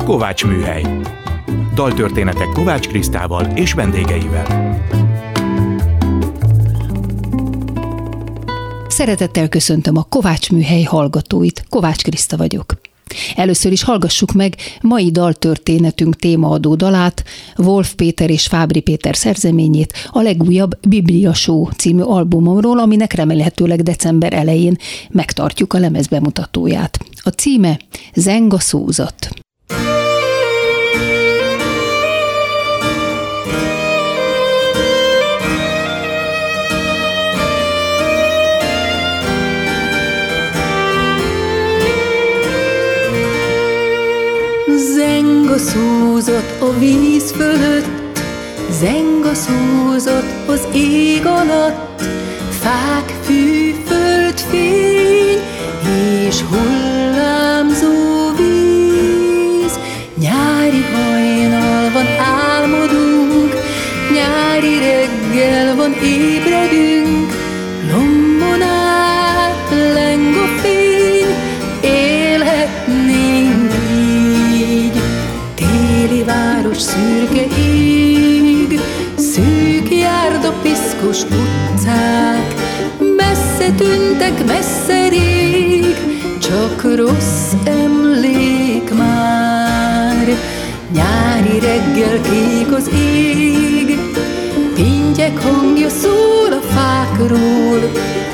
Kovács Műhely. Daltörténetek Kovács Krisztával és vendégeivel. Szeretettel köszöntöm a Kovács Műhely hallgatóit. Kovács Kriszta vagyok. Először is hallgassuk meg mai daltörténetünk témaadó dalát, Wolf Péter és Fábry Péter szerzeményét, a legújabb Biblia Show című albumomról, aminek remélhetőleg december elején megtartjuk a lemezbemutatóját. A címe Zeng a szózat. Zeng a szózat a víz fölött, zeng a szózat az ég alatt, fák, fű, föld, fény és hullámzó víz. Nyári hajnal van, álmodunk, nyári reggel van, ébredünk, lombon át leng a fény, élhetnénk így. Téli város, szürke ég, szűk járda, piszkos utcák, messze tűntek, messze rég, csak rossz emlék már. Nyári reggel, kék az ég, pintyek hangja szól a fákról,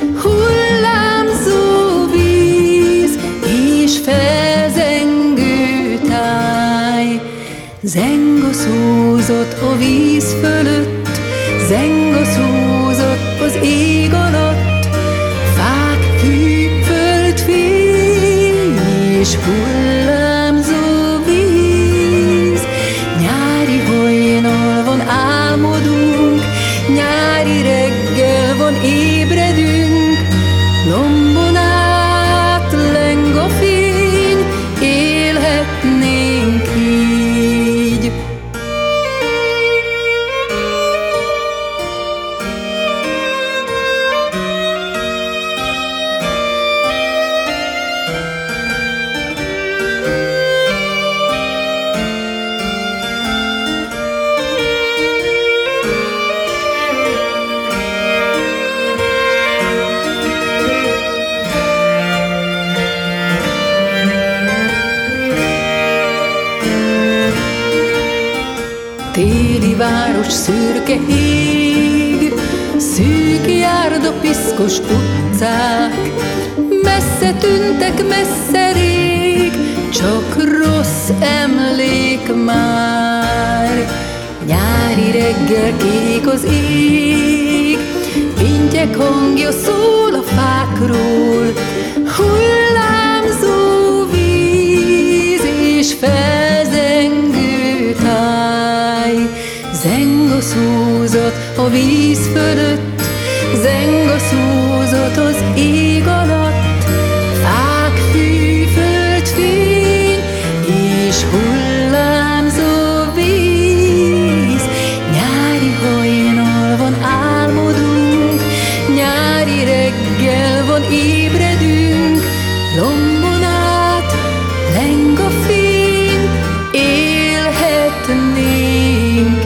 hullámzó víz és felzengő táj. Zeng a szózat a víz fölött, zeng a szózat az ég alatt, fák, fű, föld, fény és hullámzó víz. Nyári hajnal van, álmodunk, nyári reggel van, ébredünk, lombon át leng a fény, élhetnénk így. Téli város, szürke ég, szűk járda, piszkos utcák, messze tűntek, messze rég, csak rossz emlék már. Nyári reggel, kék az ég, pintyek hangja szól a fákról, hullámzó víz és felzengő táj. Zeng a szózat a víz fölött, zeng a szózat az ég alatt, fák, fű, föld, fény és hullámzó víz. Nyári hajnal van, álmodunk, nyári reggel van, ébredünk, lombon át leng a fény, élhetnénk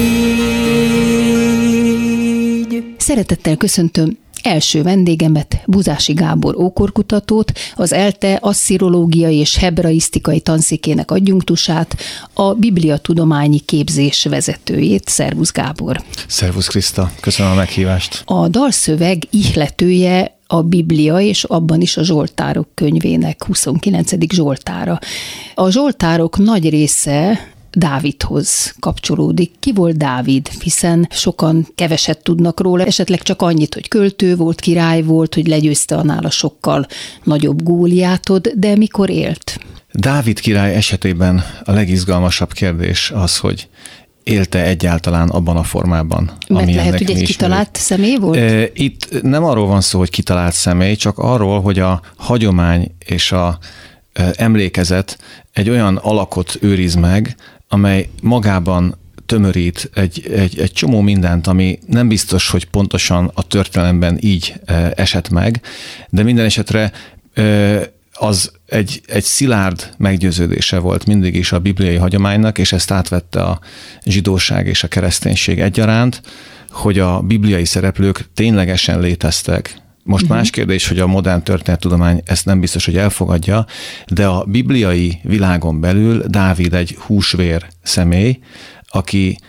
így. Szeretettel köszöntöm első vendégemet, Buzási Gábor ókorkutatót, az ELTE asszirológiai és hebraisztikai tanszékének adjunktusát, a bibliatudományi képzés vezetőjét. Szervusz Gábor! Szervusz Kriszta, köszönöm a meghívást! A dalszöveg ihletője a Biblia, és abban is a Zsoltárok könyvének 29. Zsoltára. A Zsoltárok nagy része Dávidhoz kapcsolódik. Ki volt Dávid? Hiszen sokan keveset tudnak róla, esetleg csak annyit, hogy költő volt, király volt, hogy legyőzte a nála sokkal nagyobb Góliátot, de mikor élt? Dávid király esetében a legizgalmasabb kérdés az, hogy élte egyáltalán abban a formában, mert ami lehet, hogy egy kitalált személy volt? Itt nem arról van szó, hogy kitalált személy, csak arról, hogy a hagyomány és a emlékezet egy olyan alakot őriz meg, amely magában tömörít egy csomó mindent, ami nem biztos, hogy pontosan a történelemben így esett meg, de minden esetre az egy szilárd meggyőződése volt mindig is a bibliai hagyománynak, és ezt átvette a zsidóság és a kereszténység egyaránt, hogy a bibliai szereplők ténylegesen léteztek. Most más kérdés, hogy a modern történettudomány ezt nem biztos, hogy elfogadja, de a bibliai világon belül Dávid egy húsvér személy, aki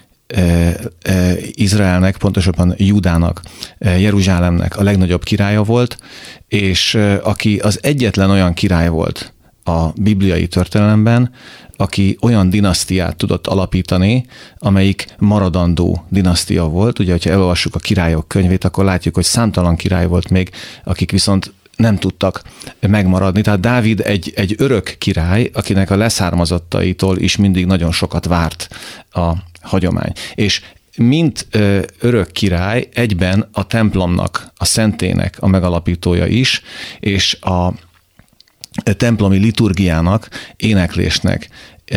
Izraelnek, pontosabban Júdának, Jeruzsálemnek a legnagyobb királya volt, és aki az egyetlen olyan király volt a bibliai történelemben, aki olyan dinasztiát tudott alapítani, amelyik maradandó dinasztia volt. Ugye, hogyha elolvassuk a királyok könyvét, akkor látjuk, hogy számtalan király volt még, akik viszont nem tudtak megmaradni. Tehát Dávid egy örök király, akinek a leszármazottaitól is mindig nagyon sokat várt a hagyomány. És mint örök király, egyben a templomnak, a szentének a megalapítója is, és a templomi liturgiának, éneklésnek,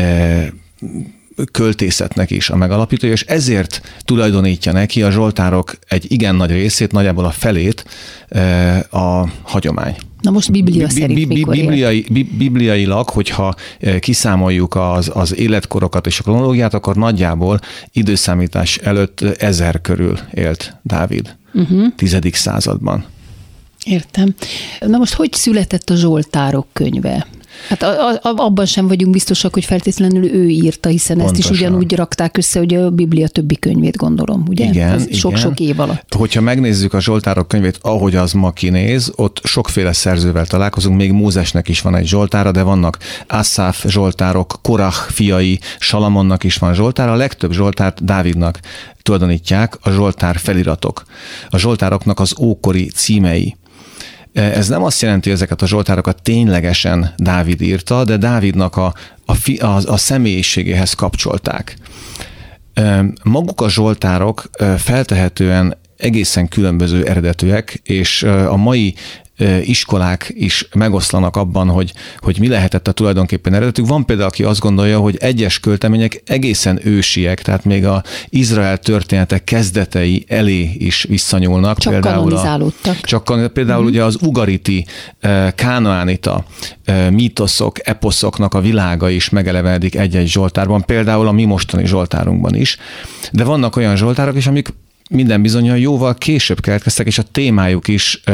költészetnek is a megalapítója, és ezért tulajdonítja neki a zsoltárok egy igen nagy részét, nagyjából a felét a hagyomány. Na most Biblia szerint mikor bibliailag, hogyha kiszámoljuk az életkorokat és a kronológiát, akkor nagyjából időszámítás előtt 1000 körül élt Dávid, 10. században. Értem. Na most hogy született a Zsoltárok könyve? Hát abban sem vagyunk biztosak, hogy feltétlenül ő írta, hiszen Pontosan. Ezt is ugyanúgy rakták össze, hogy a Biblia többi könyvét, gondolom, ugye? Igen, sok-sok év alatt. Hogyha megnézzük a Zsoltárok könyvét, ahogy az ma kinéz, ott sokféle szerzővel találkozunk, még Mózesnek is van egy zsoltára, de vannak Asszáf zsoltárok, Korach fiai, Salamonnak is van zsoltára, a legtöbb zsoltárt Dávidnak tulajdonítják a zsoltár feliratok. A zsoltároknak az ókori címei. Ez nem azt jelenti, hogy ezeket a zsoltárokat ténylegesen Dávid írta, de Dávidnak a személyiségéhez kapcsolták. Maguk a zsoltárok feltehetően egészen különböző eredetűek, és a mai iskolák is megoszlanak abban, hogy mi lehetett a tulajdonképpen eredetük. Van például, aki azt gondolja, hogy egyes költemények egészen ősiek, tehát még az Izrael történetek kezdetei elé is visszanyúlnak. Csak kanonizálódtak. Például ugye az ugariti, kánaánita mítoszok, eposzoknak a világa is megelevenedik egy-egy zsoltárban, például a mi mostani zsoltárunkban is. De vannak olyan is, amik minden bizonnyal jóval később keletkeztek, és a témájuk is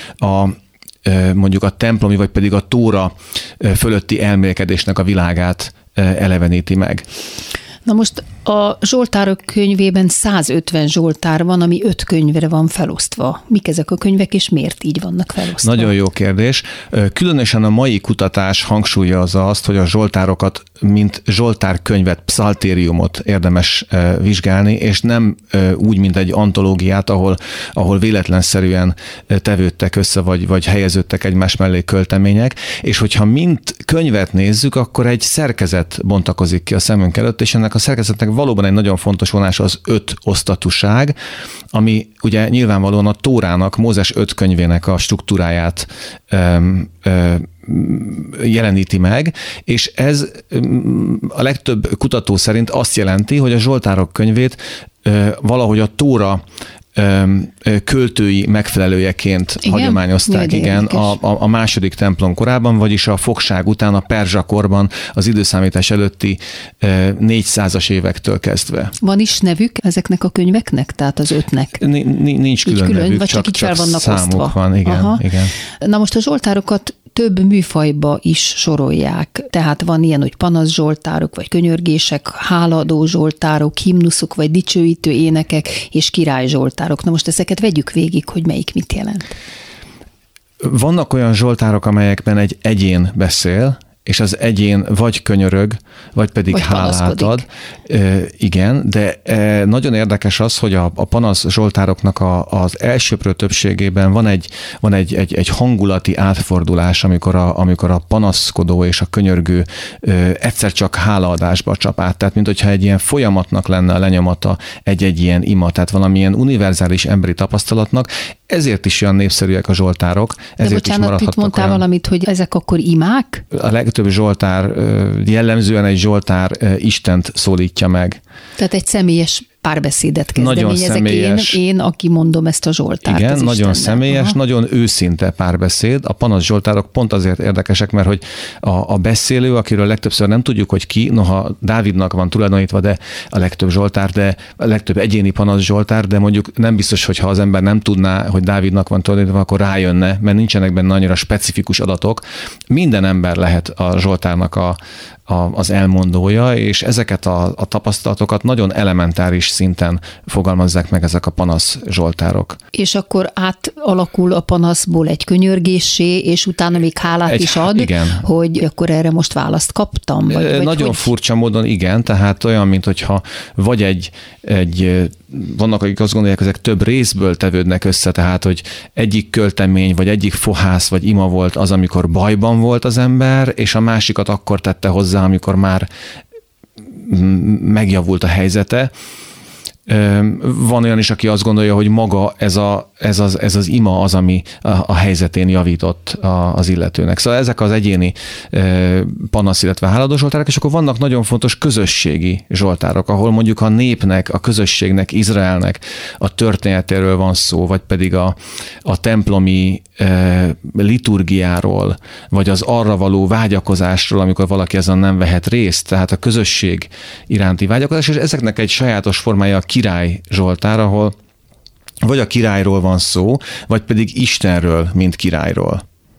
mondjuk a templomi, vagy pedig a Tóra fölötti elmélkedésnek a világát eleveníti meg. Na most a Zsoltárok könyvében 150 zsoltár van, ami 5 könyvre van felosztva. Mik ezek a könyvek, és miért így vannak felosztva? Nagyon jó kérdés. Különösen a mai kutatás hangsúlyozza azt, hogy a zsoltárokat, mint zsoltárkönyvet, pszaltériumot érdemes vizsgálni, és nem úgy, mint egy antológiát, ahol véletlenszerűen tevődtek össze, vagy helyeződtek egymás mellé költemények, és hogyha mint könyvet nézzük, akkor egy szerkezet bontakozik ki a szemünk előtt, és ennek a szerkezetnek valóban egy nagyon fontos vonása az 5 osztatúság, ami ugye nyilvánvalóan a Tórának, Mózes 5 könyvének a struktúráját jeleníti meg, és ez a legtöbb kutató szerint azt jelenti, hogy a Zsoltárok könyvét valahogy a Tóra költői megfelelőjeként hagyományozták, a második templom korában, vagyis a fogság után, a perzsa korban, az időszámítás előtti 400-as évektől kezdve. Van is nevük ezeknek a könyveknek, tehát az 5-nek? Nincs külön nevük, vagy csak fel vannak számuk osztva. Van, igen. Na most a zsoltárokat több műfajba is sorolják. Tehát van ilyen, hogy panaszzsoltárok, vagy könyörgések, hálaadó zsoltárok, himnuszok, vagy dicsőítő énekek, és királyzsoltárok. Na most ezeket vegyük végig, hogy melyik mit jelent. Vannak olyan zsoltárok, amelyekben egy egyén beszél, és az egyén vagy könyörög, vagy pedig hálát ad. Igen, de nagyon érdekes az, hogy a panasz zsoltároknak az elsőprő többségében van egy hangulati átfordulás, amikor a panaszkodó és a könyörgő egyszer csak hálaadásba csap át. Tehát, mint hogyha egy ilyen folyamatnak lenne a lenyomata egy ilyen ima, tehát valamilyen univerzális emberi tapasztalatnak. Ezért is olyan népszerűek a zsoltárok. Ezért is maradhatnak itt mondtál valamit, hogy ezek akkor imák? A legtöbb zsoltár, jellemzően egy zsoltár Istent szólítja meg. Tehát egy személyes párbeszédet kezdeményezek. Személyes. Én, aki mondom ezt a zsoltárt. Igen, nagyon személyes, nagyon őszinte párbeszéd. A panasz zsoltárok pont azért érdekesek, mert hogy a beszélő, akiről legtöbbször nem tudjuk, hogy ki, noha Dávidnak van tulajdonítva, de a legtöbb zsoltár, de a legtöbb egyéni panasz zsoltár, de mondjuk nem biztos, hogy ha az ember nem tudná, hogy Dávidnak van tulajdonítva, akkor rájönne, mert nincsenek benne annyira specifikus adatok. Minden ember lehet a zsoltárnak az elmondója, és ezeket a tapasztalatokat nagyon elementáris szinten fogalmazzák meg ezek a panasz zsoltárok. És akkor átalakul a panaszból egy könyörgéssé, és utána még hálát is ad, igen. Hogy akkor erre most választ kaptam? Vagy nagyon hogy... furcsa módon igen, tehát olyan, mint hogyha vagy vannak, akik azt gondolják, ezek több részből tevődnek össze, tehát, hogy egyik költemény, vagy egyik fohász, vagy ima volt az, amikor bajban volt az ember, és a másikat akkor tette hozzá, amikor már megjavult a helyzete. Van olyan is, aki azt gondolja, hogy maga ez az ima az, ami a helyzetén javított az illetőnek. Szóval ezek az egyéni panasz, illetve háladó zsoltárok, és akkor vannak nagyon fontos közösségi zsoltárok, ahol mondjuk a népnek, a közösségnek, Izraelnek a történetéről van szó, vagy pedig a templomi liturgiáról, vagy az arra való vágyakozásról, amikor valaki ezen nem vehet részt, tehát a közösség iránti vágyakozás, és ezeknek egy sajátos formája a király zsoltár, ahol vagy a királyról van szó, vagy pedig Istenről, mint királyról.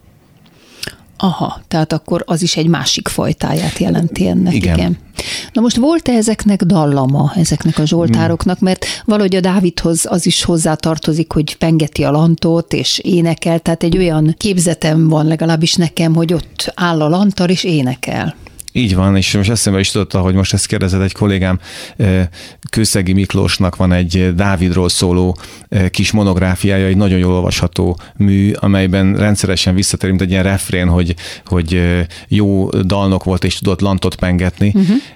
Aha, tehát akkor az is egy másik fajtáját jelenti ennek. Igen. Na most volt-e ezeknek dallama, ezeknek a zsoltároknak, mert valahogy a Dávidhoz az is hozzátartozik, hogy pengeti a lantot és énekel, tehát egy olyan képzetem van legalábbis nekem, hogy ott áll a lantar és énekel. Így van, és most eszembe is tudta, hogy most ezt kérdezed, egy kollégám, Kőszegi Miklósnak van egy Dávidról szóló kis monográfiája, egy nagyon jól olvasható mű, amelyben rendszeresen visszatér, mint egy ilyen refrén, hogy jó dalnok volt, és tudott lantot pengetni.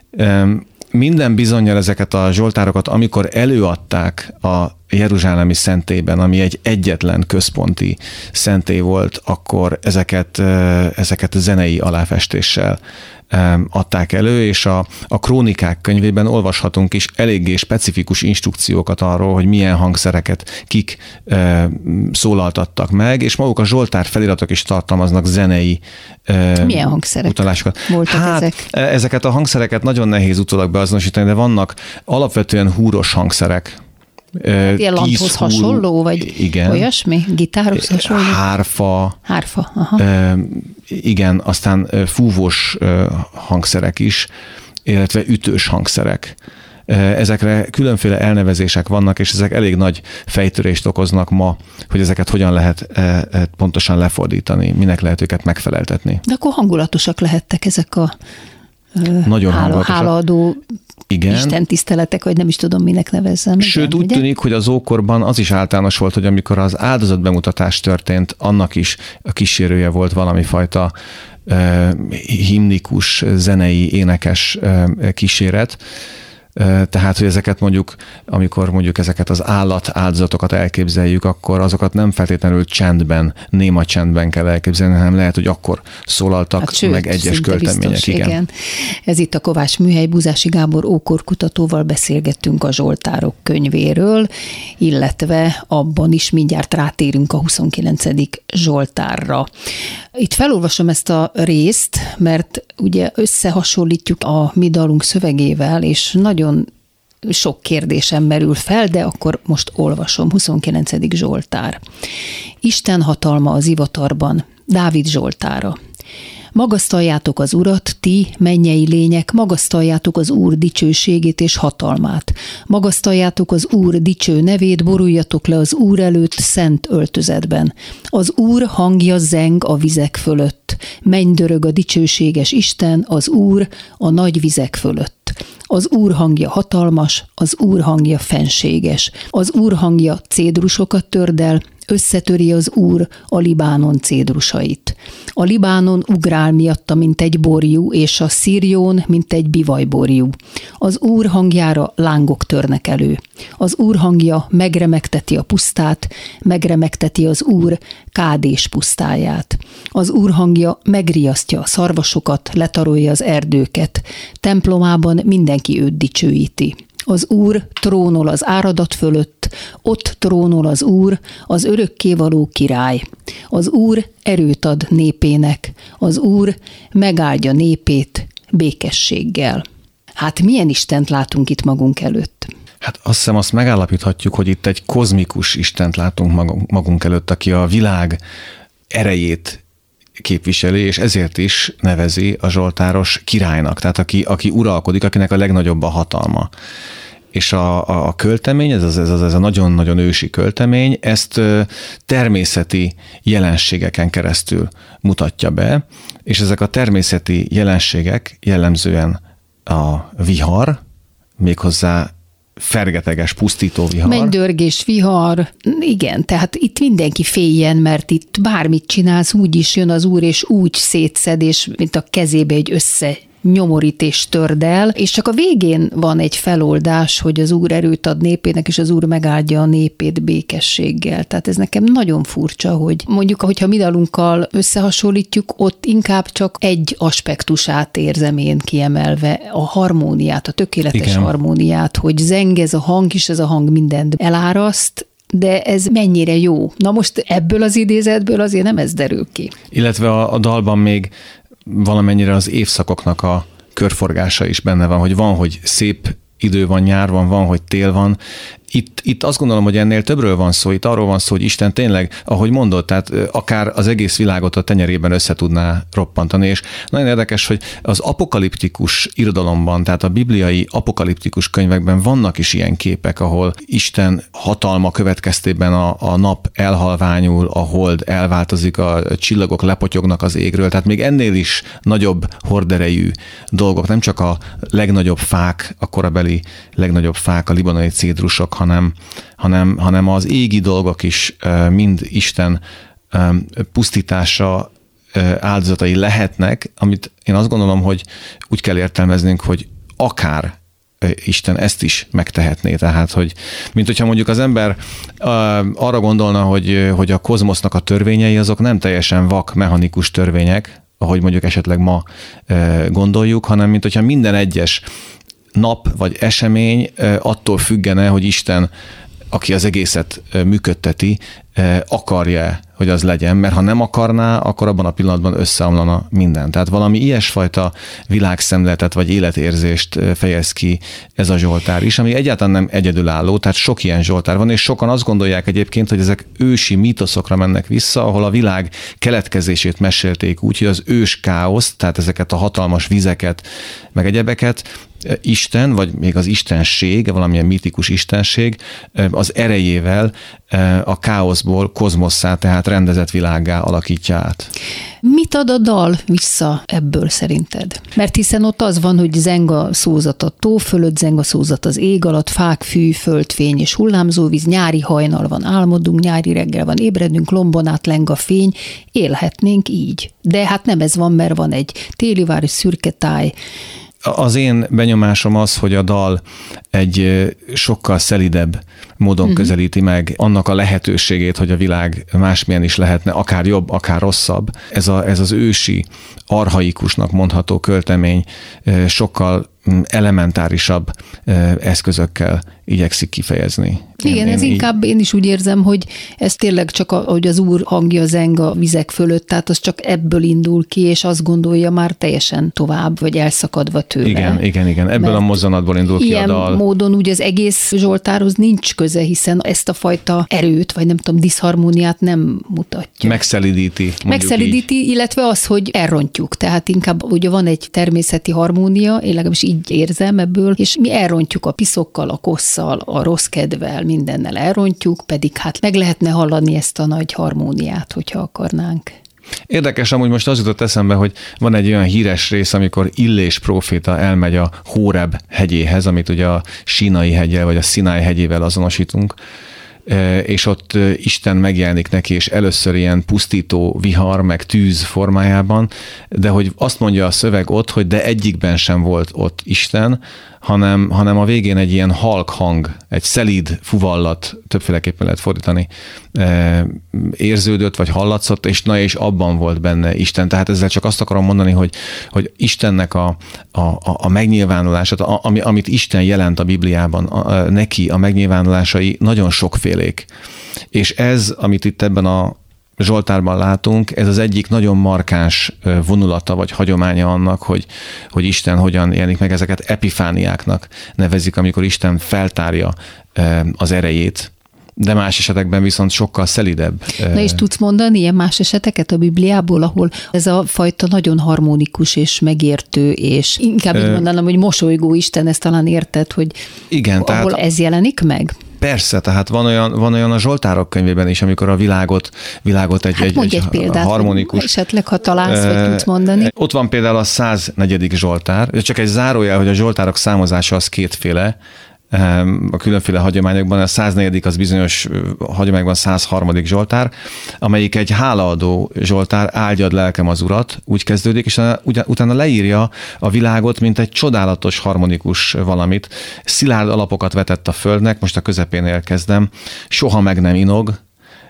Minden bizonnyal ezeket a zsoltárokat, amikor előadták a jeruzsálemi szentélyben, ami egy egyetlen központi szentély volt, akkor ezeket zenei aláfestéssel adták elő, és a krónikák könyvében olvashatunk is eléggé specifikus instrukciókat arról, hogy milyen hangszereket kik szólaltattak meg, és maguk a zsoltár feliratok is tartalmaznak zenei milyen hangszerek utalásokat. voltak ezek? Ezeket a hangszereket nagyon nehéz utólag beazonosítani, de vannak alapvetően húros hangszerek. Ilyen lanthoz hasonló, vagy igen. Olyasmi? Gitárhoz hasonló? Hárfa. Aha. Igen, aztán fúvós hangszerek is, illetve ütős hangszerek. Ezekre különféle elnevezések vannak, és ezek elég nagy fejtörést okoznak ma, hogy ezeket hogyan lehet pontosan lefordítani, minek lehet őket megfeleltetni. De akkor hangulatosak lehettek ezek a nagyon hálaadó igen. Isten tiszteletek, vagy nem is tudom, minek nevezzem. Sőt, igen, úgy ugye? tűnik, hogy az ókorban az is általános volt, hogy amikor az áldozatbemutatás történt, annak is a kísérője volt valami fajta himnikus, zenei, énekes kíséret. Tehát, hogy ezeket amikor mondjuk ezeket az áldozatokat elképzeljük, akkor azokat nem feltétlenül csendben, néma csendben kell elképzelni, hanem lehet, hogy akkor szólaltak meg egyes költemények. Biztos, igen. Ez itt a Kovács Műhely, Buzási Gábor ókorkutatóval beszélgettünk a zsoltárok könyvéről, illetve abban is mindjárt rátérünk a 29. zsoltárra. Itt felolvasom ezt a részt, mert ugye összehasonlítjuk a mi dalunk szövegével, és nagyon sok kérdésem merül fel, de akkor most olvasom. 29. zsoltár. Isten hatalma az ivatarban, Dávid zsoltára. Magasztaljátok az Urat, ti, mennyei lények, magasztaljátok az Úr dicsőségét és hatalmát. Magasztaljátok az Úr dicső nevét, boruljatok le az Úr előtt szent öltözetben. Az Úr hangja zeng a vizek fölött. Mennydörög a dicsőséges Isten, az Úr a nagy vizek fölött. Az Úr hangja hatalmas, az Úr hangja fenséges. Az Úr hangja cédrusokat tördel, összetöri az Úr a Libánon cédrusait. A Libánon ugrál miatta, mint egy borjú, és a Szírjón, mint egy bivajborjú. Az Úr hangjára lángok törnek elő. Az Úr hangja megremegteti a pusztát, megremegteti az Úr Kádés pusztáját. Az Úr hangja megriasztja a szarvasokat, letarolja az erdőket. Templomában mindenki őt dicsőíti. Az Úr trónol az áradat fölött, ott trónol az Úr, az örökkévaló király. Az Úr erőt ad népének, az Úr megáldja népét békességgel. Hát milyen Istent látunk itt magunk előtt? Hát azt hiszem, azt megállapíthatjuk, hogy itt egy kozmikus Istent látunk magunk előtt, aki a világ erejét képviseli, és ezért is nevezi a zsoltáros királynak, tehát aki uralkodik, akinek a legnagyobb a hatalma. És a költemény, ez a nagyon-nagyon ősi költemény, ezt természeti jelenségeken keresztül mutatja be, és ezek a természeti jelenségek jellemzően a vihar, méghozzá fergeteges, pusztító vihar. Mennydörgés, vihar, igen, tehát itt mindenki féljen, mert itt bármit csinálsz, úgy is jön az Úr, és úgy szétszed, és mint a kezébe egy nyomorít és törd el, és csak a végén van egy feloldás, hogy az Úr erőt ad népének, és az Úr megáldja a népét békességgel. Tehát ez nekem nagyon furcsa, hogy mondjuk, hogyha mi dalunkkal összehasonlítjuk, ott inkább csak egy aspektusát érzem én kiemelve, a harmóniát, a tökéletes Igen. harmóniát, hogy zeng ez a hang, és ez a hang mindent eláraszt, de ez mennyire jó. Na most ebből az idézetből azért nem ez derül ki. Illetve a dalban még valamennyire az évszakoknak a körforgása is benne van, hogy szép idő van, nyár van, hogy tél van. Itt azt gondolom, hogy ennél többről van szó, itt arról van szó, hogy Isten tényleg, ahogy mondod, tehát akár az egész világot a tenyerében össze tudná roppantani, és nagyon érdekes, hogy az apokaliptikus irodalomban, tehát a bibliai apokaliptikus könyvekben vannak is ilyen képek, ahol Isten hatalma következtében a nap elhalványul, a hold elváltozik, a csillagok lepotyognak az égről, tehát még ennél is nagyobb horderejű dolgok, nem csak a legnagyobb fák, a korabeli legnagyobb fák, a libanoni cédrusok, hanem az égi dolgok is mind Isten pusztítása áldozatai lehetnek, amit én azt gondolom, hogy úgy kell értelmeznünk, hogy akár Isten ezt is megtehetné. Tehát, hogy mint hogyha mondjuk az ember arra gondolna, hogy a kozmosznak a törvényei azok nem teljesen vak, mechanikus törvények, ahogy mondjuk esetleg ma gondoljuk, hanem mint hogyha minden egyes nap vagy esemény attól függene, hogy Isten, aki az egészet működteti, akarja, hogy az legyen, mert ha nem akarná, akkor abban a pillanatban összeomlana minden. Tehát valami ilyesfajta világszemletet vagy életérzést fejez ki ez a zsoltár is, ami egyáltalán nem egyedülálló, tehát sok ilyen zsoltár van, és sokan azt gondolják egyébként, hogy ezek ősi mítoszokra mennek vissza, ahol a világ keletkezését mesélték úgy, hogy az ős káoszt, tehát ezeket a hatalmas vizeket, meg egyebeket, Isten, vagy még az istenség, valamilyen mítikus istenség az erejével a káoszból kozmosszá, tehát rendezett világgá alakítja át. Mit ad a dal vissza ebből szerinted? Mert hiszen ott az van, hogy zeng a szózat a tó fölött, zeng a szózat az ég alatt, fák, fű, földfény és hullámzó víz, nyári hajnal van, álmodunk, nyári reggel van, ébredünk, lombon át leng a fény, élhetnénk így. De hát nem ez van, mert van egy téli város, szürke táj. Az én benyomásom az, hogy a dal egy sokkal szelidebb módon közelíti meg annak a lehetőségét, hogy a világ másmilyen is lehetne, akár jobb, akár rosszabb. Ez az ősi, archaikusnak mondható költemény sokkal elementárisabb eszközökkel igyekszik kifejezni. Igen, ez inkább én is úgy érzem, hogy ez tényleg csak, hogy az Úr hangja zeng a vizek fölött, tehát az csak ebből indul ki, és azt gondolja már teljesen tovább, vagy elszakadva tőle. Igen. Ebből a mozzanatból indul ki a dal. Ilyen módon ugye az egész zsoltárhoz nincs köze, hiszen ezt a fajta erőt, vagy nem tudom, diszharmóniát nem mutatja. Megszelidíti, illetve az, hogy elrontjuk. Tehát inkább ugye van egy természeti harmónia, én legalábbis így érzem ebből, és mi elrontjuk a piszokkal, a kosszal, a rossz kedvel, mindennel elrontjuk, pedig hát meg lehetne hallani ezt a nagy harmóniát, hogyha akarnánk. Érdekes, amúgy most az jutott eszembe, hogy van egy olyan híres rész, amikor Illés próféta elmegy a Hóreb hegyéhez, amit ugye a Sínai heggyel vagy a Szináj hegyével azonosítunk, és ott Isten megjelenik neki, és először ilyen pusztító vihar, meg tűz formájában, de hogy azt mondja a szöveg ott, hogy de egyikben sem volt ott Isten, hanem a végén egy ilyen halk hang, egy szelíd fuvallat, többféleképpen lehet fordítani, érződött, vagy hallatszott, és abban volt benne Isten. Tehát ezzel csak azt akarom mondani, hogy Istennek a megnyilvánulását, amit Isten jelent a Bibliában, neki a megnyilvánulásai nagyon sokfélék. És ez, amit itt ebben a Zsoltárban látunk, ez az egyik nagyon markáns vonulata vagy hagyománya annak, hogy Isten hogyan jelenik meg, ezeket epifániáknak nevezik, amikor Isten feltárja az erejét, de más esetekben viszont sokkal szelidebb. Na és tudsz mondani ilyen más eseteket a Bibliából, ahol ez a fajta nagyon harmonikus és megértő, és inkább így mondanám, hogy mosolygó Isten, ezt talán érted, hogy igen, ahol ez jelenik meg? Persze, tehát van olyan a Zsoltárok könyvében is, amikor a világot egy példát, harmonikus... Esetleg, ha találsz, vagy tudsz mondani. Ott van például a 104. Zsoltár, csak egy zárójel, hogy a Zsoltárok számozása az kétféle, a különféle hagyományokban. A 104. az bizonyos hagyományokban 103. Zsoltár, amelyik egy hálaadó Zsoltár, áldjad lelkem az Urat, úgy kezdődik, és utána leírja a világot, mint egy csodálatos, harmonikus valamit. Szilárd alapokat vetett a földnek, most a közepénél kezdem, soha meg nem inog,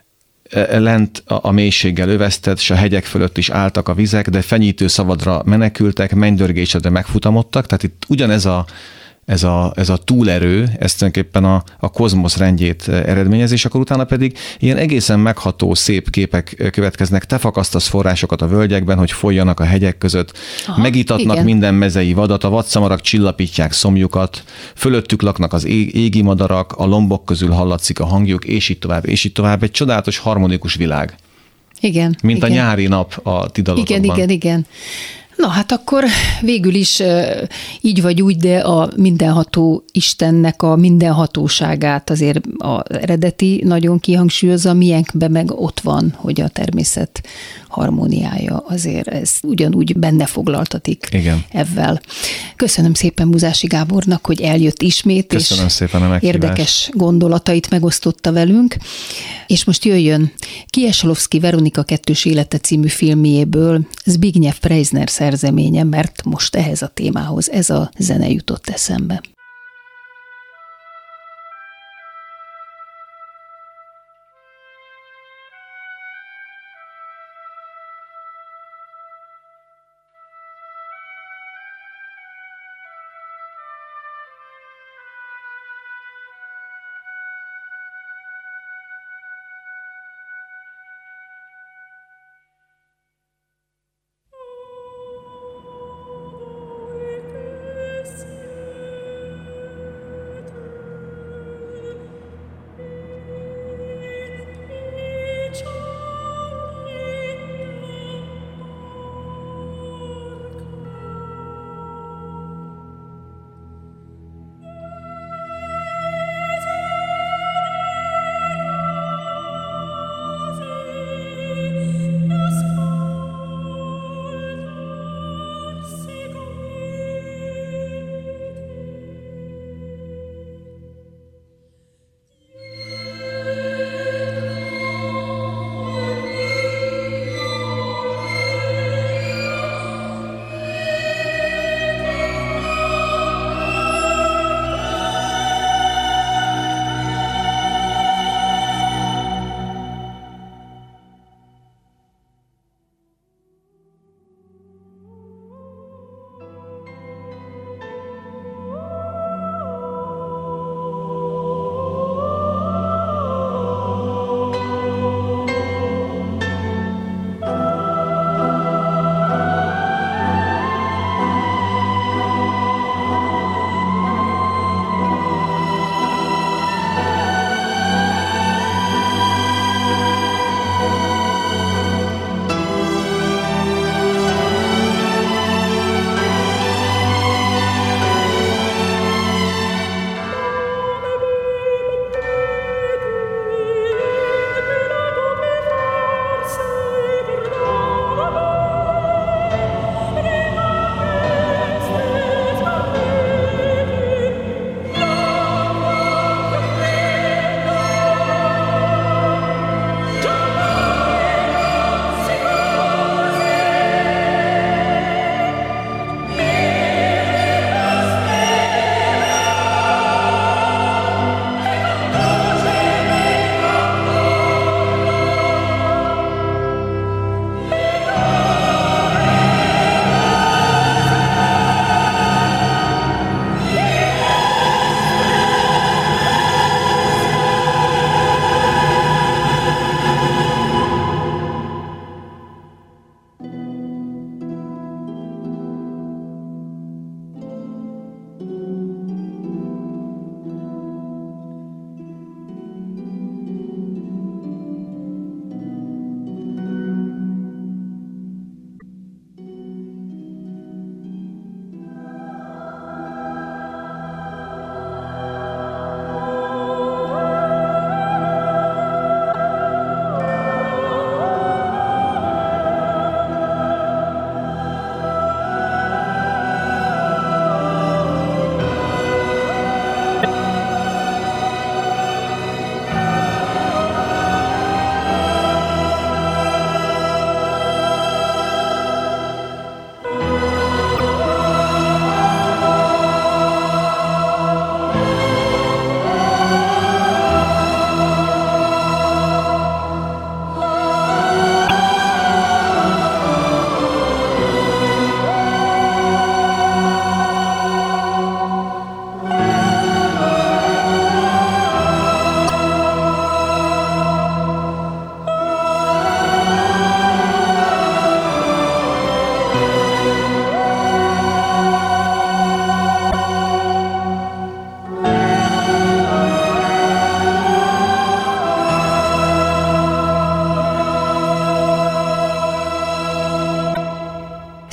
lent a mélységgel övezted, s a hegyek fölött is álltak a vizek, de fenyítő szavadra menekültek, mennydörgésedre megfutamodtak, tehát itt ugyanez ez a túlerő, ez tulajdonképpen a kozmosz rendjét eredményezi, és akkor utána pedig ilyen egészen megható, szép képek következnek. Te fakasztasz forrásokat a völgyekben, hogy folyjanak a hegyek között, megítatnak igen. Minden mezei vadat, a vadszamarak csillapítják szomjukat, fölöttük laknak az égi madarak, a lombok közül hallatszik a hangjuk, és így tovább, és így tovább. Egy csodálatos, harmonikus világ. Igen. Mint igen. A nyári nap a ti dalotokban. Igen. Na hát akkor végül is így vagy úgy, de a mindenható Istennek a mindenhatóságát azért az eredeti nagyon kihangsúlyozza, miénkben meg ott van, hogy a természet harmóniája azért ez ugyanúgy benne foglaltatik. Igen. Evvel. Köszönöm szépen Buzási Gábornak, hogy eljött ismét, köszönöm és szépen a meghívást. Érdekes gondolatait megosztotta velünk. És most jöjjön Kieslowski Veronika kettős élete című filmjéből Zbigniew Preisner szerzeménye, mert most ehhez a témához ez a zene jutott eszembe.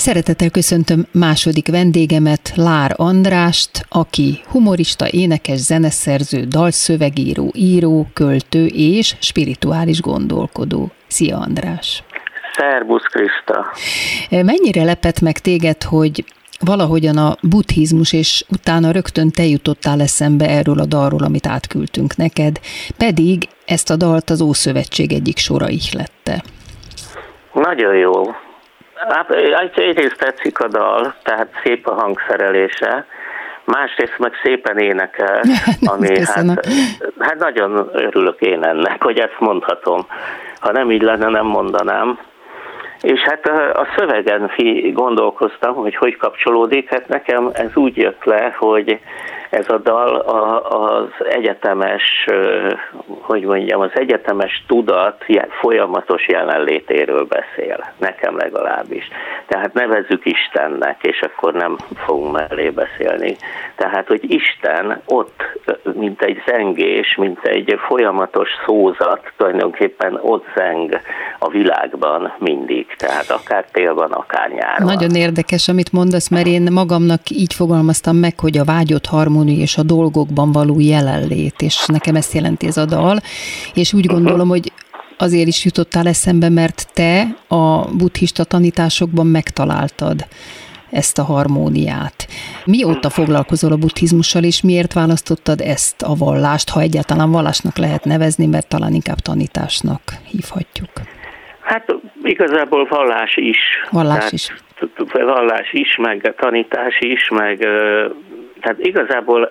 Szeretettel köszöntöm második vendégemet, Lár Andrást, aki humorista, énekes, zeneszerző, dalszövegíró, író, költő és spirituális gondolkodó. Szia, András! Szerbusz, Krista! Mennyire lepett meg téged, hogy valahogyan a buddhizmus, és utána rögtön te jutottál eszembe erről a dalról, amit átküldtünk neked, pedig ezt a dalt az Ószövetség egyik sora ihlette. Nagyon jó. Hát egyrészt tetszik a dal, tehát szép a hangszerelése, másrészt meg szépen énekel, ami hát nagyon örülök én ennek, hogy ezt mondhatom. Ha nem így lenne, nem mondanám. És hát a szövegen gondolkoztam, hogy kapcsolódik. Hát nekem ez úgy jött le, hogy ez a dal az egyetemes, az egyetemes tudat folyamatos jelenlétéről beszél. Nekem legalábbis. Tehát nevezzük Istennek, és akkor nem fogunk mellé beszélni. Tehát, hogy Isten ott, mint egy zengés, mint egy folyamatos szózat, tulajdonképpen ott zeng a világban mindig. Tehát akár télban, akár nyárban. Nagyon érdekes, amit mondasz, mert én magamnak így fogalmaztam meg, hogy a vágyott harmónia és a dolgokban való jelenlét, és nekem ezt jelenti ez a dal, és úgy gondolom, hogy azért is jutottál eszembe, mert te a buddhista tanításokban megtaláltad ezt a harmóniát. Mióta foglalkozol a buddhizmussal, és miért választottad ezt a vallást, ha egyáltalán vallásnak lehet nevezni, mert talán inkább tanításnak hívhatjuk? Hát igazából vallás is. Vallás is, meg tanítás is, meg tehát igazából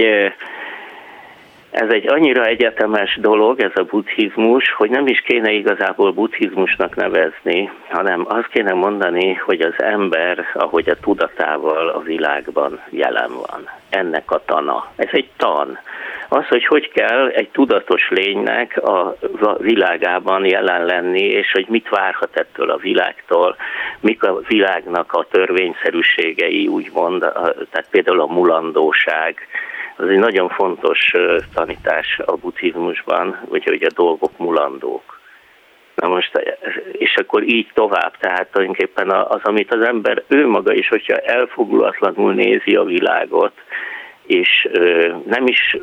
ez egy annyira egyetemes dolog, ez a buddhizmus, hogy nem is kéne igazából buddhizmusnak nevezni, hanem azt kéne mondani, hogy az ember, ahogy a tudatával a világban jelen van. Ennek a tana. Ez egy tan. Az, hogy kell egy tudatos lénynek a világában jelen lenni, és hogy mit várhat ettől a világtól, mik a világnak a törvényszerűségei, úgymond, tehát például a mulandóság. Ez egy nagyon fontos tanítás a buddhizmusban, hogy a dolgok mulandók. Na most, és akkor így tovább, tehát tulajdonképpen az, amit az ember ő maga is, hogyha elfogulatlanul nézi a világot, és nem is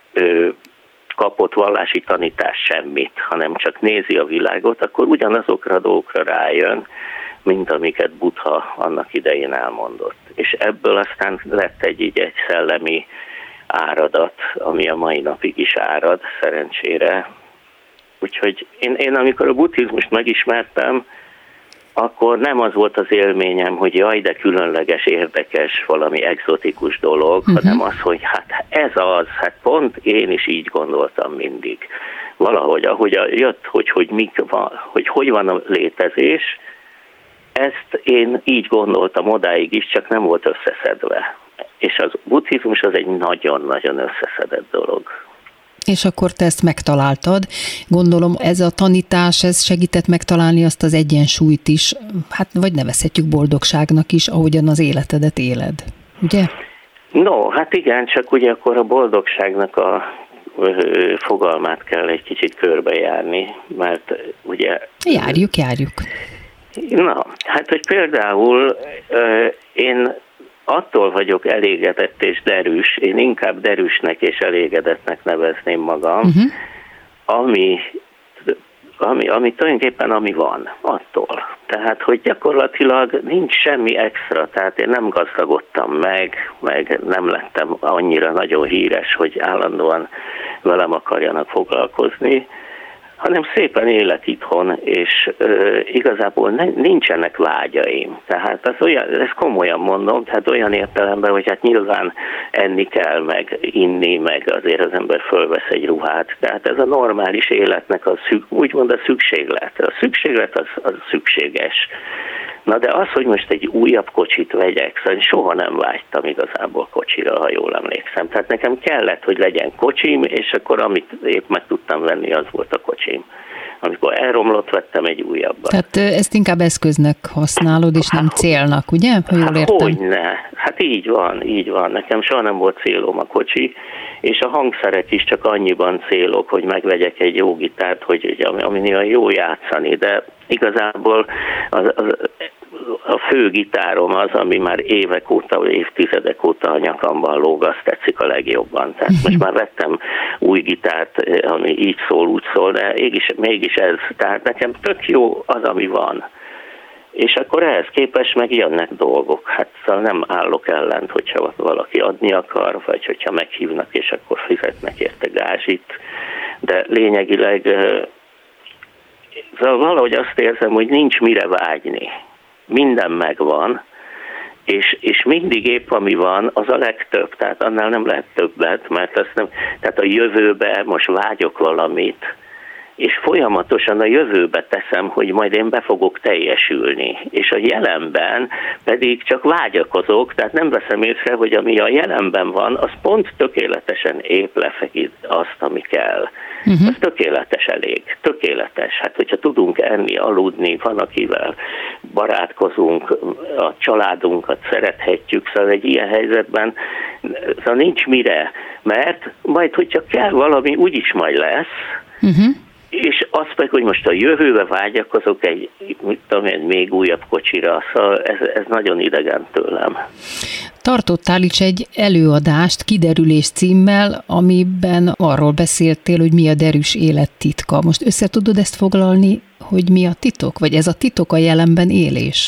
kapott vallási tanítás semmit, hanem csak nézi a világot, akkor ugyanazokra a dolgokra rájön, mint amiket Buddha annak idején elmondott. És ebből aztán lett egy szellemi áradat, ami a mai napig is árad, szerencsére. Úgyhogy én amikor a buddhizmust megismertem, akkor nem az volt az élményem, hogy jaj, de különleges, érdekes, valami egzotikus dolog, hanem az, hogy hát ez az, hát pont én is így gondoltam mindig. Valahogy, ahogy jött, hogy van a létezés, ezt én így gondoltam odáig is, csak nem volt összeszedve. És az buddhizmus az egy nagyon-nagyon összeszedett dolog. És akkor te ezt megtaláltad. Gondolom ez a tanítás, ez segített megtalálni azt az egyensúlyt is, hát vagy nevezhetjük boldogságnak is, ahogyan az életedet éled, ugye? No, hát igen, csak ugye akkor a boldogságnak a fogalmát kell egy kicsit körbejárni, mert ugye... Járjuk. Na, hát hogy például én attól vagyok elégedett és derűs, én inkább derűsnek és elégedettnek nevezném magam, ami tulajdonképpen ami van, attól. Tehát, hogy gyakorlatilag nincs semmi extra, tehát én nem gazdagodtam meg nem lettem annyira nagyon híres, hogy állandóan velem akarjanak foglalkozni, hanem szépen élek itthon, és igazából nincsenek vágyaim. Tehát ez komolyan mondom, tehát olyan értelemben, hogy hát nyilván enni kell, meg inni, meg azért az ember fölvesz egy ruhát. Tehát ez a normális életnek úgymond a szükséglet. A szükséglet az szükséges. Na de az, hogy most egy újabb kocsit vegyek, szóval soha nem vágytam igazából kocsira, ha jól emlékszem. Tehát nekem kellett, hogy legyen kocsim, és akkor amit épp meg tudtam venni, az volt a kocsim. Amikor elromlott, vettem egy újabbat. Tehát ezt inkább eszköznek használod, és nem célnak, ugye? Ha jól értem. Hogyne. Hát így van. Nekem soha nem volt célom a kocsi, és a hangszerek is csak annyiban célok, hogy megvegyek egy jó gitárt, hogy ami jó játszani, de igazából a fő gitárom az, ami már évek óta, évtizedek óta a nyakamban lóg, azt tetszik a legjobban. Tehát most már vettem új gitárt, ami így szól, úgy szól, de mégis ez. Tehát nekem tök jó az, ami van. És akkor ehhez képest meg jönnek dolgok. Hát szóval nem állok ellent, hogyha valaki adni akar, vagy hogyha meghívnak, és akkor fizetnek érte gázsit. De lényegileg szóval valahogy azt érzem, hogy nincs mire vágyni. Minden megvan, és mindig épp ami van, az a legtöbb. Tehát annál nem lehet többet, mert azt nem, tehát a jövőbe most vágyok valamit, és folyamatosan a jövőbe teszem, hogy majd én be fogok teljesülni. És a jelenben pedig csak vágyakozok, tehát nem veszem észre, hogy ami a jelenben van, az pont tökéletesen épp lefekít azt, ami kell. Ez tökéletes elég. Tökéletes. Hát, hogyha tudunk enni, aludni, van, akivel barátkozunk, a családunkat szerethetjük, szóval egy ilyen helyzetben szóval nincs mire, mert majd, hogyha kell valami, úgyis majd lesz, és azt meg, hogy most a jövőbe vágyakozok egy még újabb kocsira, szóval ez nagyon idegen tőlem. Tartottál is egy előadást Kiderülés címmel, amiben arról beszéltél, hogy mi a derűs élet titka. Most össze tudod ezt foglalni, hogy mi a titok? Vagy ez a titok a jelenben élés?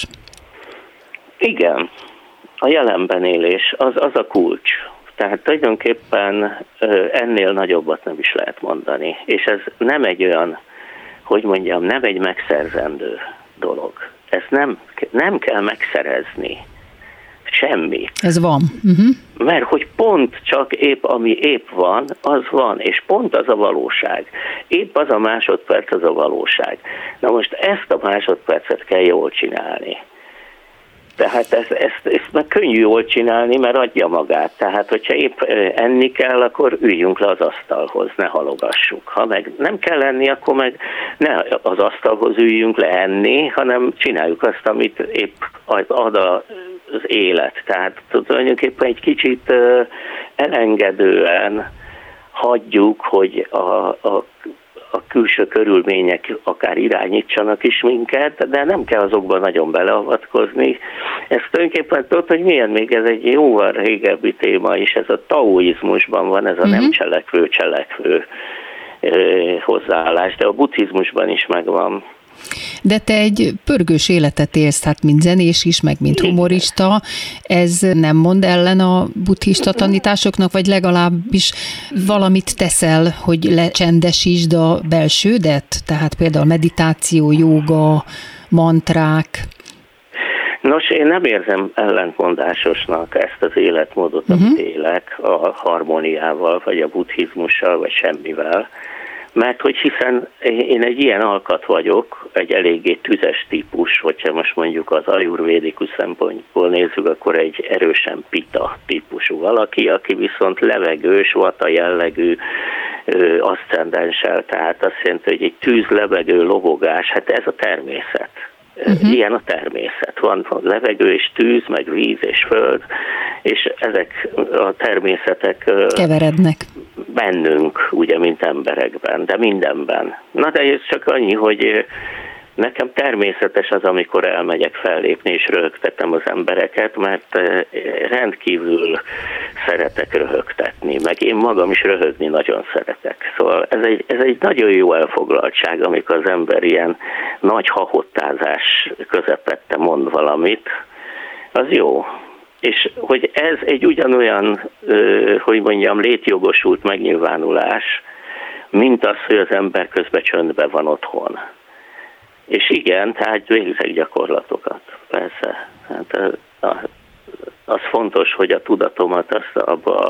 Igen, a jelenben élés, az a kulcs. Tehát tulajdonképpen ennél nagyobbat nem is lehet mondani. És ez nem egy olyan, hogy mondjam, nem egy megszerzendő dolog. Ezt nem kell megszerezni. Semmi. Ez van. Mert hogy pont csak épp ami épp van, az van, és pont az a valóság. Épp az a másodperc az a valóság. Na most ezt a másodpercet kell jól csinálni. Tehát ezt meg könnyű jól csinálni, mert adja magát. Tehát, hogyha épp enni kell, akkor üljünk le az asztalhoz, ne halogassuk. Ha meg nem kell enni, akkor meg ne az asztalhoz üljünk le enni, hanem csináljuk azt, amit épp ad az élet. Tehát tulajdonképpen egy kicsit elengedően hagyjuk, hogy a külső körülmények akár irányítsanak is minket, de nem kell azokban nagyon beleavatkozni. Ez tulajdonképpen tudod, hogy milyen még ez egy jóval régebbi téma is, ez a taoizmusban van, ez a nem cselekvő hozzáállás, de a buddhizmusban is megvan. De te egy pörgős életet élsz, hát mint zenés is, meg mint humorista. Ez nem mond ellen a buddhista tanításoknak, vagy legalábbis valamit teszel, hogy lecsendesítsd a belsődet? Tehát például meditáció, jóga, mantrák. Nos, én nem érzem ellentmondásosnak ezt az életmódot, amit élek a harmóniával, vagy a buddhizmussal, vagy semmivel. Mert hogy hiszen én egy ilyen alkat vagyok, egy eléggé tüzes típus, hogyha most mondjuk az ajurvédikus szempontból nézzük, akkor egy erősen pita típusú valaki, aki viszont levegős, vata jellegű aszcendenssel, tehát azt jelenti, hogy egy tűz, levegő, lobogás, hát ez a természet. Ilyen a természet. Van levegő és tűz, meg víz és föld, és ezek a természetek keverednek bennünk, ugye, mint emberekben, de mindenben. Na de ez csak annyi, hogy nekem természetes az, amikor elmegyek fellépni, és röhögtetem az embereket, mert rendkívül szeretek röhögtetni, meg én magam is röhögni nagyon szeretek. Szóval ez egy nagyon jó elfoglaltság, amikor az ember ilyen nagy hahottázás közepette mond valamit, az jó. És hogy ez egy ugyanolyan, hogy mondjam, létjogosult megnyilvánulás, mint az, hogy az ember közben csöndben van otthon. És igen, tehát végzek gyakorlatokat, persze. Hát az fontos, hogy a tudatomat azt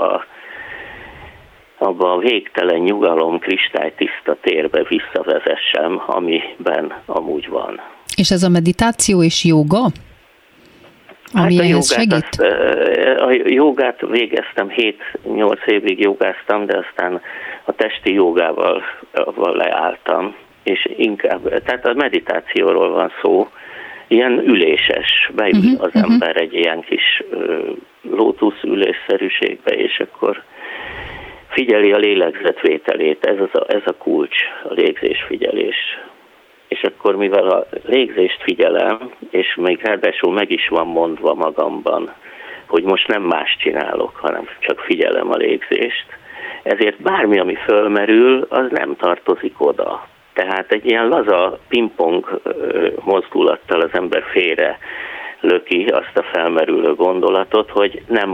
abba a végtelen nyugalom, kristálytiszta térbe visszavezessem, amiben amúgy van. És ez a meditáció és jóga? Ami ehhez segít? A jogát végeztem, 7-8 évig jogáztam, de aztán a testi jogával leálltam. És inkább, tehát a meditációról van szó, ilyen üléses, beül az ember egy ilyen kis lótusz ülésszerűségbe, és akkor figyeli a lélegzetvételét, ez a kulcs, a légzésfigyelés. és akkor mivel a légzést figyelem, és még ráadásul meg is van mondva magamban, hogy most nem más csinálok, hanem csak figyelem a légzést, ezért bármi, ami fölmerül, az nem tartozik oda. Tehát egy ilyen laza pingpong mozdulattal az ember félre löki azt a felmerülő gondolatot, hogy nem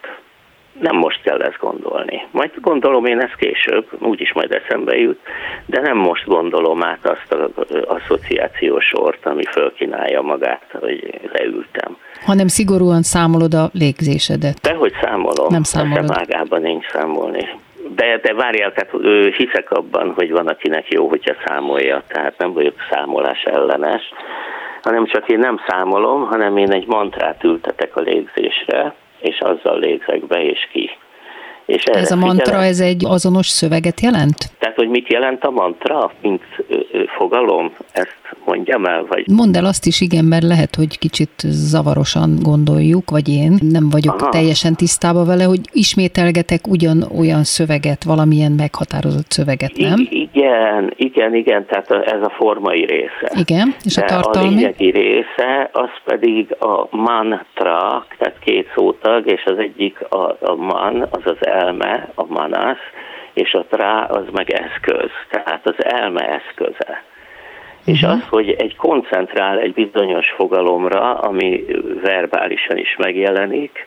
most kell ezt gondolni. Majd gondolom én ezt később, úgyis majd eszembe jut, de nem most gondolom át azt az asszociációs sort, ami fölkínálja magát, hogy leültem. Hanem szigorúan számolod a légzésedet. Dehogy számolom. Nem számolod. Ágában nincs számolni. De várjál, tehát hiszek abban, hogy van, akinek jó, hogyha számolja, tehát nem vagyok számolás ellenes, hanem csak én nem számolom, hanem én egy mantrát ültetek a légzésre, és azzal légzek be és ki. És ez a mantra, ez egy azonos szöveget jelent? Tehát, hogy mit jelent a mantra, mint fogalom, ezt mondjam el, vagy... Mondd el azt is, igen, mert lehet, hogy kicsit zavarosan gondoljuk, vagy én nem vagyok teljesen tisztában vele, hogy ismételgetek ugyanolyan szöveget, valamilyen meghatározott szöveget, nem? Igen, tehát ez a formai része. Igen, és a tartalmi? A lényegi része, az pedig a mantra, tehát két szótag, és az egyik a man, az az elme, a manas, és a tra az meg eszköz, tehát az elme eszköze. És az, hogy egy koncentrál egy bizonyos fogalomra, ami verbálisan is megjelenik,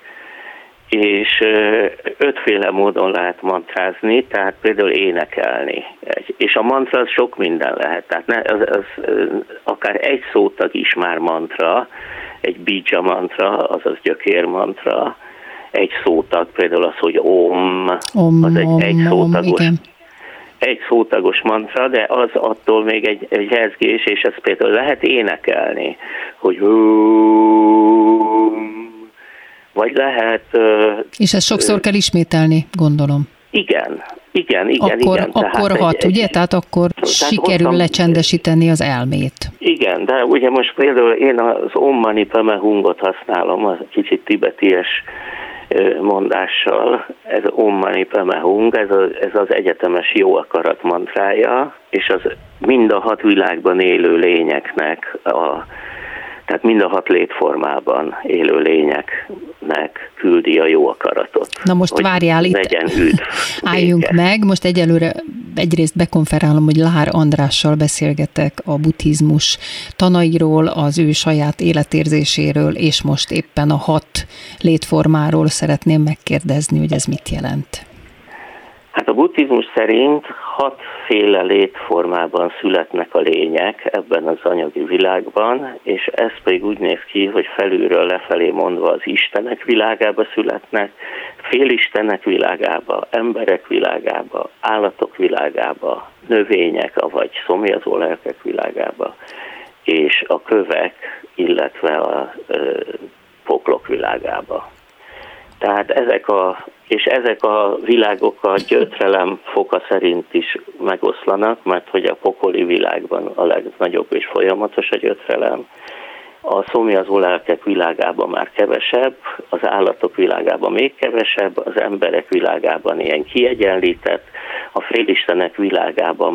és 5 féle módon lehet mantrázni, tehát például énekelni. És a mantra az sok minden lehet, tehát az akár egy szótag is már mantra, egy bija mantra, azaz gyökér mantra, egy szótag, például az, hogy om az egy szótagos. Egy szótagos mantra, de az attól még egy rezgés, és ezt például lehet énekelni, hogy vagy lehet... És ezt sokszor kell ismételni, gondolom. Igen. Akkor hat, ugye? Tehát akkor sikerül lecsendesíteni az elmét. Igen, de ugye most például én az Om Mani Padme Hungot használom, az kicsit tibeties mondással, ez Om Mani Padme Hung, ez az egyetemes jó akarat mantrája, és az mind a 6 világban élő lényeknek, tehát mind a 6 létformában élő lényeknek küldi a jó akaratot. Na most várjál itt, legyen üdv, álljunk meg, most egyelőre egyrészt bekonferálom, hogy Lár Andrással beszélgetek a buddhizmus tanairól, az ő saját életérzéséről, és most éppen a 6 létformáról szeretném megkérdezni, hogy ez mit jelent. Hát a buddhizmus szerint 6 féle létformában születnek a lények ebben az anyagi világban, és ez pedig úgy néz ki, hogy felülről lefelé mondva az istenek világába születnek, félistenek világába, emberek világába, állatok világába, növények, vagy szomjazó lelkek világába, és a kövek, illetve a poklok világába. Tehát ezek a világok a gyötrelem foka szerint is megoszlanak, mert hogy a pokoli világban a legnagyobb és folyamatos a gyötrelem, a szomjazó lelkek világában már kevesebb, az állatok világában még kevesebb, az emberek világában ilyen kiegyenlített, a félistenek világában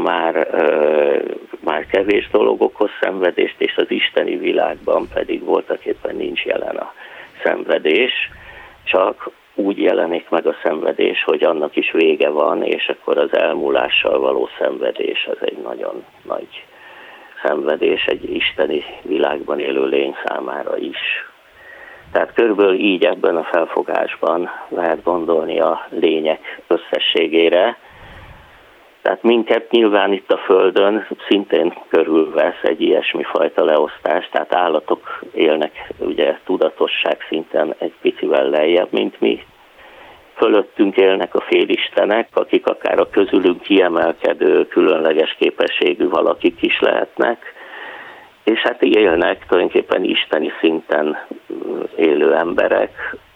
már kevés dolog okoz szenvedést, és az isteni világban pedig voltaképpen nincs jelen a szenvedés, csak úgy jelenik meg a szenvedés, hogy annak is vége van, és akkor az elmúlással való szenvedés az egy nagyon nagy szenvedés egy isteni világban élő lény számára is. Tehát körülbelül így ebben a felfogásban lehet gondolni a lények összességére. Tehát minket nyilván itt a Földön szintén körülvesz egy ilyesmi fajta leosztás, tehát állatok élnek ugye tudatosság szinten egy picivel lejjebb, mint mi. Fölöttünk élnek a félistenek, akik akár a közülünk kiemelkedő, különleges képességű valakik is lehetnek, és hát élnek tulajdonképpen isteni szinten élő emberek,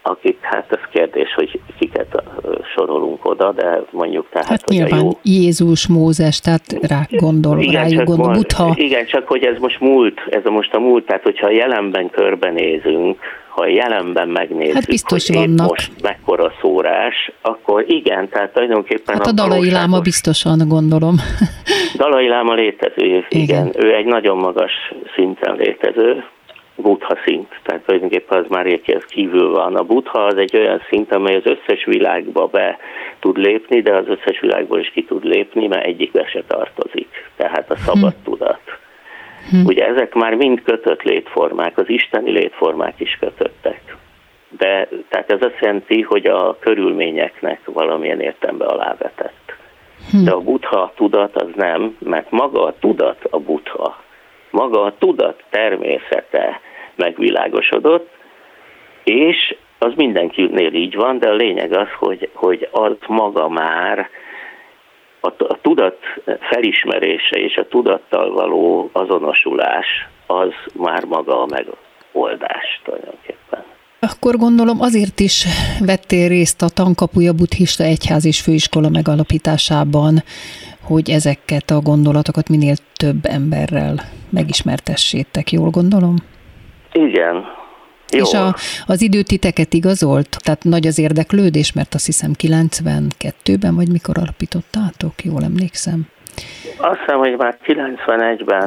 akik, hát ez kérdés, hogy kiket sorolunk oda, de mondjuk tehát, hát hogy nyilván a jó... Jézus, Mózes, tehát rájuk gondol, Buddha. Igen, csak hogy ez most múlt, ez most a múlt, tehát hogyha a jelenben körbenézünk, ha a jelenben megnézzük, hát biztos hogy vannak. most mekkora szórás, akkor igen, tehát tulajdonképpen hát a Dalai Láma biztosan, gondolom. Dalai Láma létező, igen. Ő egy nagyon magas szinten létező, Buddha szint, tehát tulajdonképpen az már ez kívül van. A Buddha az egy olyan szint, amely az összes világba be tud lépni, de az összes világból is ki tud lépni, mert egyikbe se tartozik. Tehát a szabad tudat. Ugye ezek már mind kötött létformák, az isteni létformák is kötöttek. De tehát ez azt jelenti, hogy a körülményeknek valamilyen értelemben alávetett. De a Buddha tudat az nem, mert maga a tudat a Buddha. Maga a tudat természete megvilágosodott, és az mindenkinél így van, de a lényeg az, hogy az maga már a tudat felismerése és a tudattal való azonosulás, az már maga a megoldás tulajdonképpen. Akkor gondolom azért is vettél részt a Tankapuja Buddhista Egyház és Főiskola megalapításában, hogy ezeket a gondolatokat minél több emberrel megismertessétek, jól gondolom? Igen. Jó. És az idő titeket igazolt? Tehát nagy az érdeklődés, mert azt hiszem 92-ben, vagy mikor alapítottátok, jól emlékszem? Azt hiszem, hogy már 91-ben.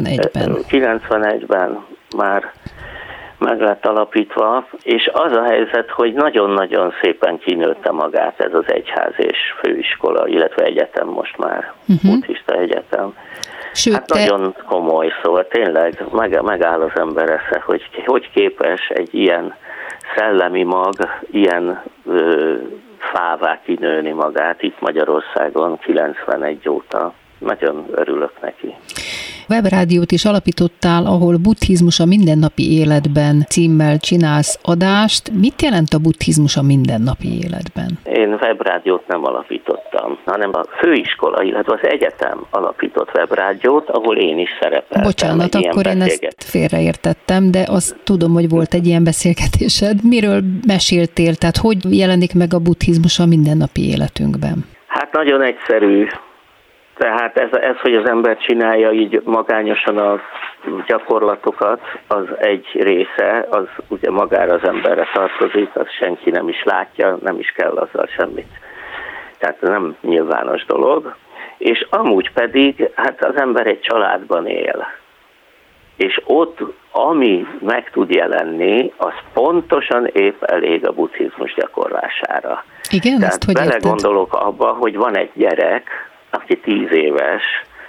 91-ben már meg lett alapítva, és az a helyzet, hogy nagyon-nagyon szépen kinőtte magát ez az egyház és főiskola, illetve egyetem most már, buddhista egyetem. Sőt, hát nagyon komoly, szóval tényleg megáll az ember esze, hogy képes egy ilyen szellemi mag, ilyen fává kinőni magát itt Magyarországon 91 óta. Nagyon örülök neki. Webrádiót is alapítottál, ahol buddhizmus a mindennapi életben címmel csinálsz adást. Mit jelent a buddhizmus a mindennapi életben? Én webrádiót nem alapítottam, hanem a főiskola, illetve az egyetem alapított webrádiót, ahol én is szerepeltem. Bocsánat, akkor én ezt félreértettem, de azt tudom, hogy volt egy ilyen beszélgetésed. Miről meséltél? Tehát hogy jelenik meg a buddhizmus a mindennapi életünkben? Hát nagyon egyszerű. Tehát ez, hogy az ember csinálja így magányosan a gyakorlatokat, az egy része, az ugye magára az emberre tartozik, az senki nem is látja, nem is kell azzal semmit. Tehát nem nyilvános dolog. És amúgy pedig, hát az ember egy családban él. És ott, ami meg tud jelenni, az pontosan épp elég a buddhizmus gyakorlására. Igen, tehát ezt hogy érted? belegondolok abba, hogy van egy gyerek, aki 10 éves,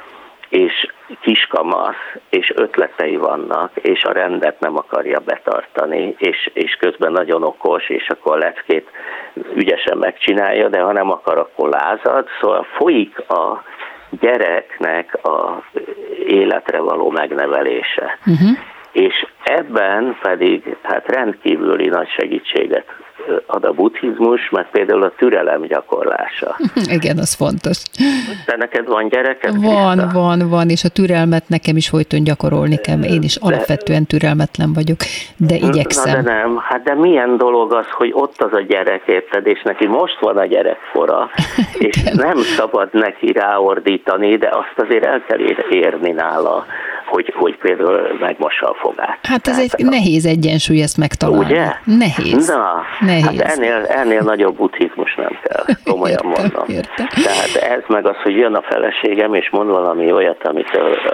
és kiskamasz, és ötletei vannak, és a rendet nem akarja betartani, és közben nagyon okos, és akkor a leckét ügyesen megcsinálja, de ha nem akar, akkor lázad. Szóval folyik a gyereknek a életre való megnevelése. És ebben pedig hát rendkívüli nagy segítséget ad a buddhizmus, mert például a türelem gyakorlása. Igen, az fontos. De neked van gyereked? Van, és a türelmet nekem is folyton gyakorolni kell. Én is alapvetően türelmetlen vagyok, de igyekszem. Na de nem, hát de milyen dolog az, hogy ott az a gyerek, érted, és neki most van a gyerekkora, és nem szabad neki ráordítani, de azt azért el kell érni nála, hogy például megmossa a fogát. Hát ez egy nehéz egyensúly ezt megtalálni. Ugye? Nehéz. Na, nehéz. Hát ennél nagyobb buddhizmus nem kell, komolyan mondom. Értem. Tehát ez meg az, hogy jön a feleségem, és mond valami olyat, amit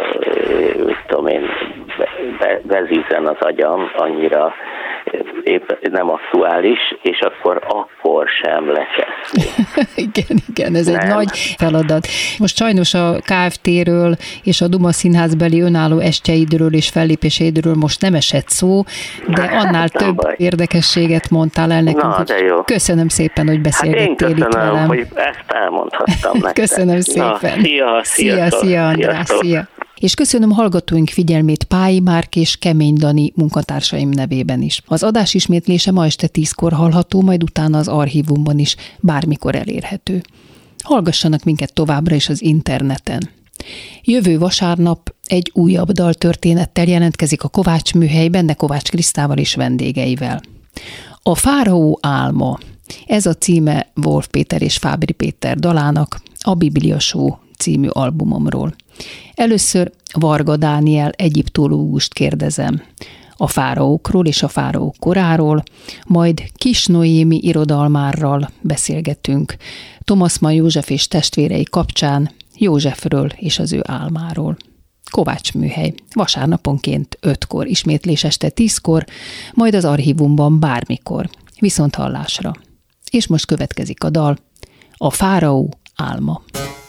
tudom én, bezízen az agyam, annyira épp nem aktuális, és akkor sem lecseszni. Igen, ez egy nagy feladat. Most sajnos a KFT-ről és a Duma Színházbeli önálló estjeidről és fellépéseidről most nem esett szó, de annál több érdekességet mondtál el nekünk. Na, de jó. Köszönöm szépen, hogy beszélgettél itt velem. Én köszönöm, hogy ezt elmondhattam nektek. Köszönöm szépen. Na, szia, András, szia. És köszönöm hallgatóink figyelmét Pályi Márk és Kemény Dani munkatársaim nevében is. Az adás ismétlése ma este 10-kor hallható, majd utána az archívumban is bármikor elérhető. Hallgassanak minket továbbra is az interneten. Jövő vasárnap egy újabb daltörténettel jelentkezik a Kovács Műhely, benne Kovács Krisztával és vendégeivel. A fáraó álma. Ez a címe Wolf Péter és Fábry Péter dalának, a Biblia Show című albumomról. Először Varga Dániel egyiptológust kérdezem a fáraókról és a fáraók koráról, majd Kis Noémi irodalmárral beszélgetünk Thomas Mann József és testvérei kapcsán Józsefről és az ő álmáról. Kovács Műhely, vasárnaponként 5-kor, ismétlés este 10-kor, majd az archívumban bármikor. Viszonthallásra. És most következik a dal, a fáraó álma.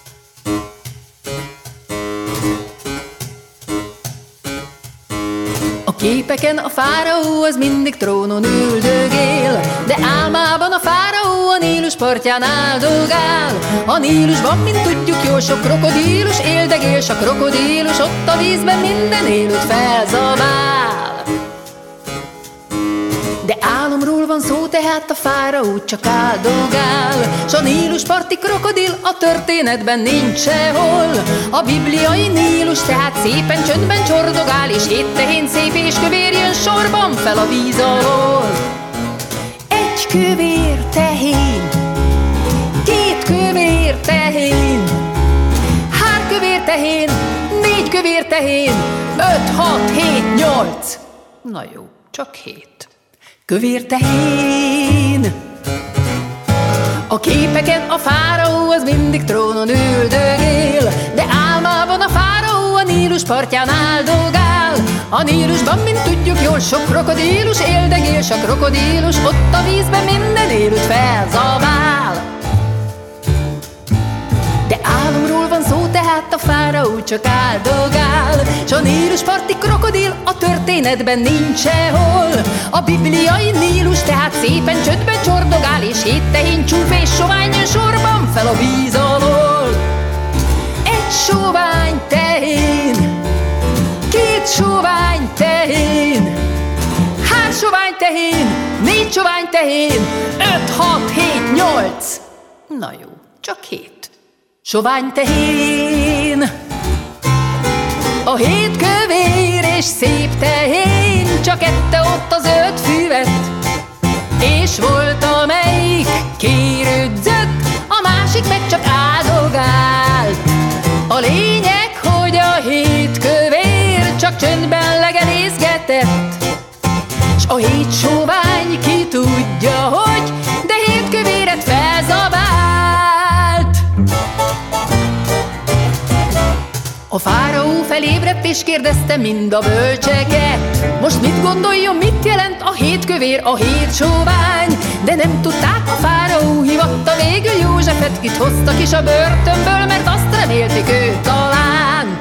A képeken a fáraó az mindig trónon üldögél, de álmában a fáraó a Nílus partján áldogál. A Nílusban, mint tudjuk jól, sok krokodílus éldegél, s a krokodílus ott a vízben minden élőt felzabál. De álomról van szó, tehát a fáraó csak áldogál, s a Nílus parti krokodil a történetben nincs sehol. A bibliai Nílus tehát szépen csöndben csordogál, és 7 tehén szép és kövér jön sorban fel a víz alól. 1 kövér tehén, 2 kövér tehén, 3 kövér tehén, 4 kövér tehén, 5, 6, 7, 8. Na jó, csak 7. Kövér tehén. A képeken a fáraó az mindig trónon üldögél, de álmában a fáraó a Nílus partján áldogál. A Nílusban, mint tudjuk jól, sok krokodílus éldegél, s a krokodílus ott a vízben minden élőt felzabál. De álomról van szó, tehát a fáraó csak áldogál, s a Nílus parti krokodil a történetben nincs sehol. A bibliai Nílus tehát szépen csöndben csordogál, és 7 tehén csúf és sovány jön sorban fel a víz alól. 1 sovány tehén, 2 sovány tehén, 3 sovány tehén, 4 sovány tehén, 5, 6, 7, 8. Na jó, csak 7. Sovány tehén. A 7 kövér és szép tehén csak ette ott az 5 füvet, és volt amelyik kérődzött, a másik meg csak áldogált. A lényeg, hogy a 7 kövér csak csöndben legelészgetett, s a 7 sovány ki tudja, hogy de 7 kövéret felzabált. A fáraó felébredt és kérdezte mind a bölcseket, most mit gondoljon, mit jelent a 7 kövér, a 7 sovány? De nem tudták, a fáraó hívatta végül Józsefet, kit hoztak is a börtönből, mert azt remélték ő talán.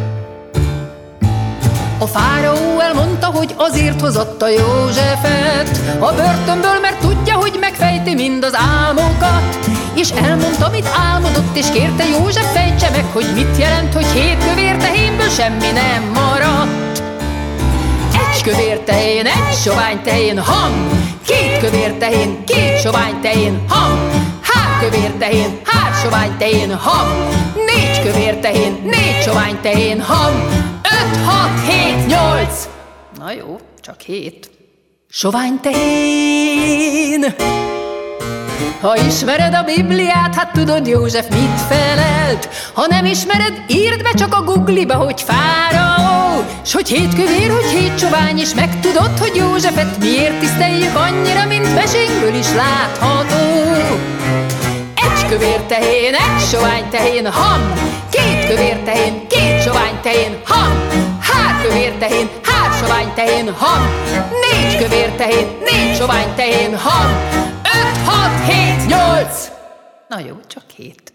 A fáraó elmondta, hogy azért hozatta Józsefet a börtönből, mert tudja, hogy megfejti mind az álmokat. És elmondta, mit álmodott, és kérte József fejtse meg, hogy mit jelent, hogy 7 kövér tehénből semmi nem maradt. 1 kövér tehén, 1 sovány tehén, ham! 2 kövér tehén, 2 sovány tehén, ham! 3 kövér tehén, 3 sovány tehén, ham! 4 kövér tehén, 4 sovány tehén, ham! 5, 6, 7, 8. Na jó, csak 7. Sovány tehén. Ha ismered a Bibliát, hát tudod, József mit felelt. Ha nem ismered, írd be csak a Google-ba, hogy fáraó, s hogy 7 kövér, hogy 7 sovány, és megtudod, hogy Józsefet miért tiszteljük annyira, mint mesénkből is látható. 1 kövér tehén, 1 sovány tehén, ham! 2 kövér tehén, 2 sovány tehén, ham! 3 kövér tehén, 3 sovány tehén, ham! 4 kövér tehén, 4 sovány tehén, ham! 5, 6, 7, 8. Na jó, csak 7.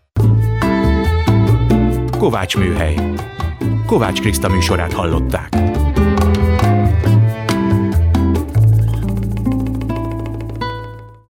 Kovács Műhely. Kovács Kriszta műsorát hallották.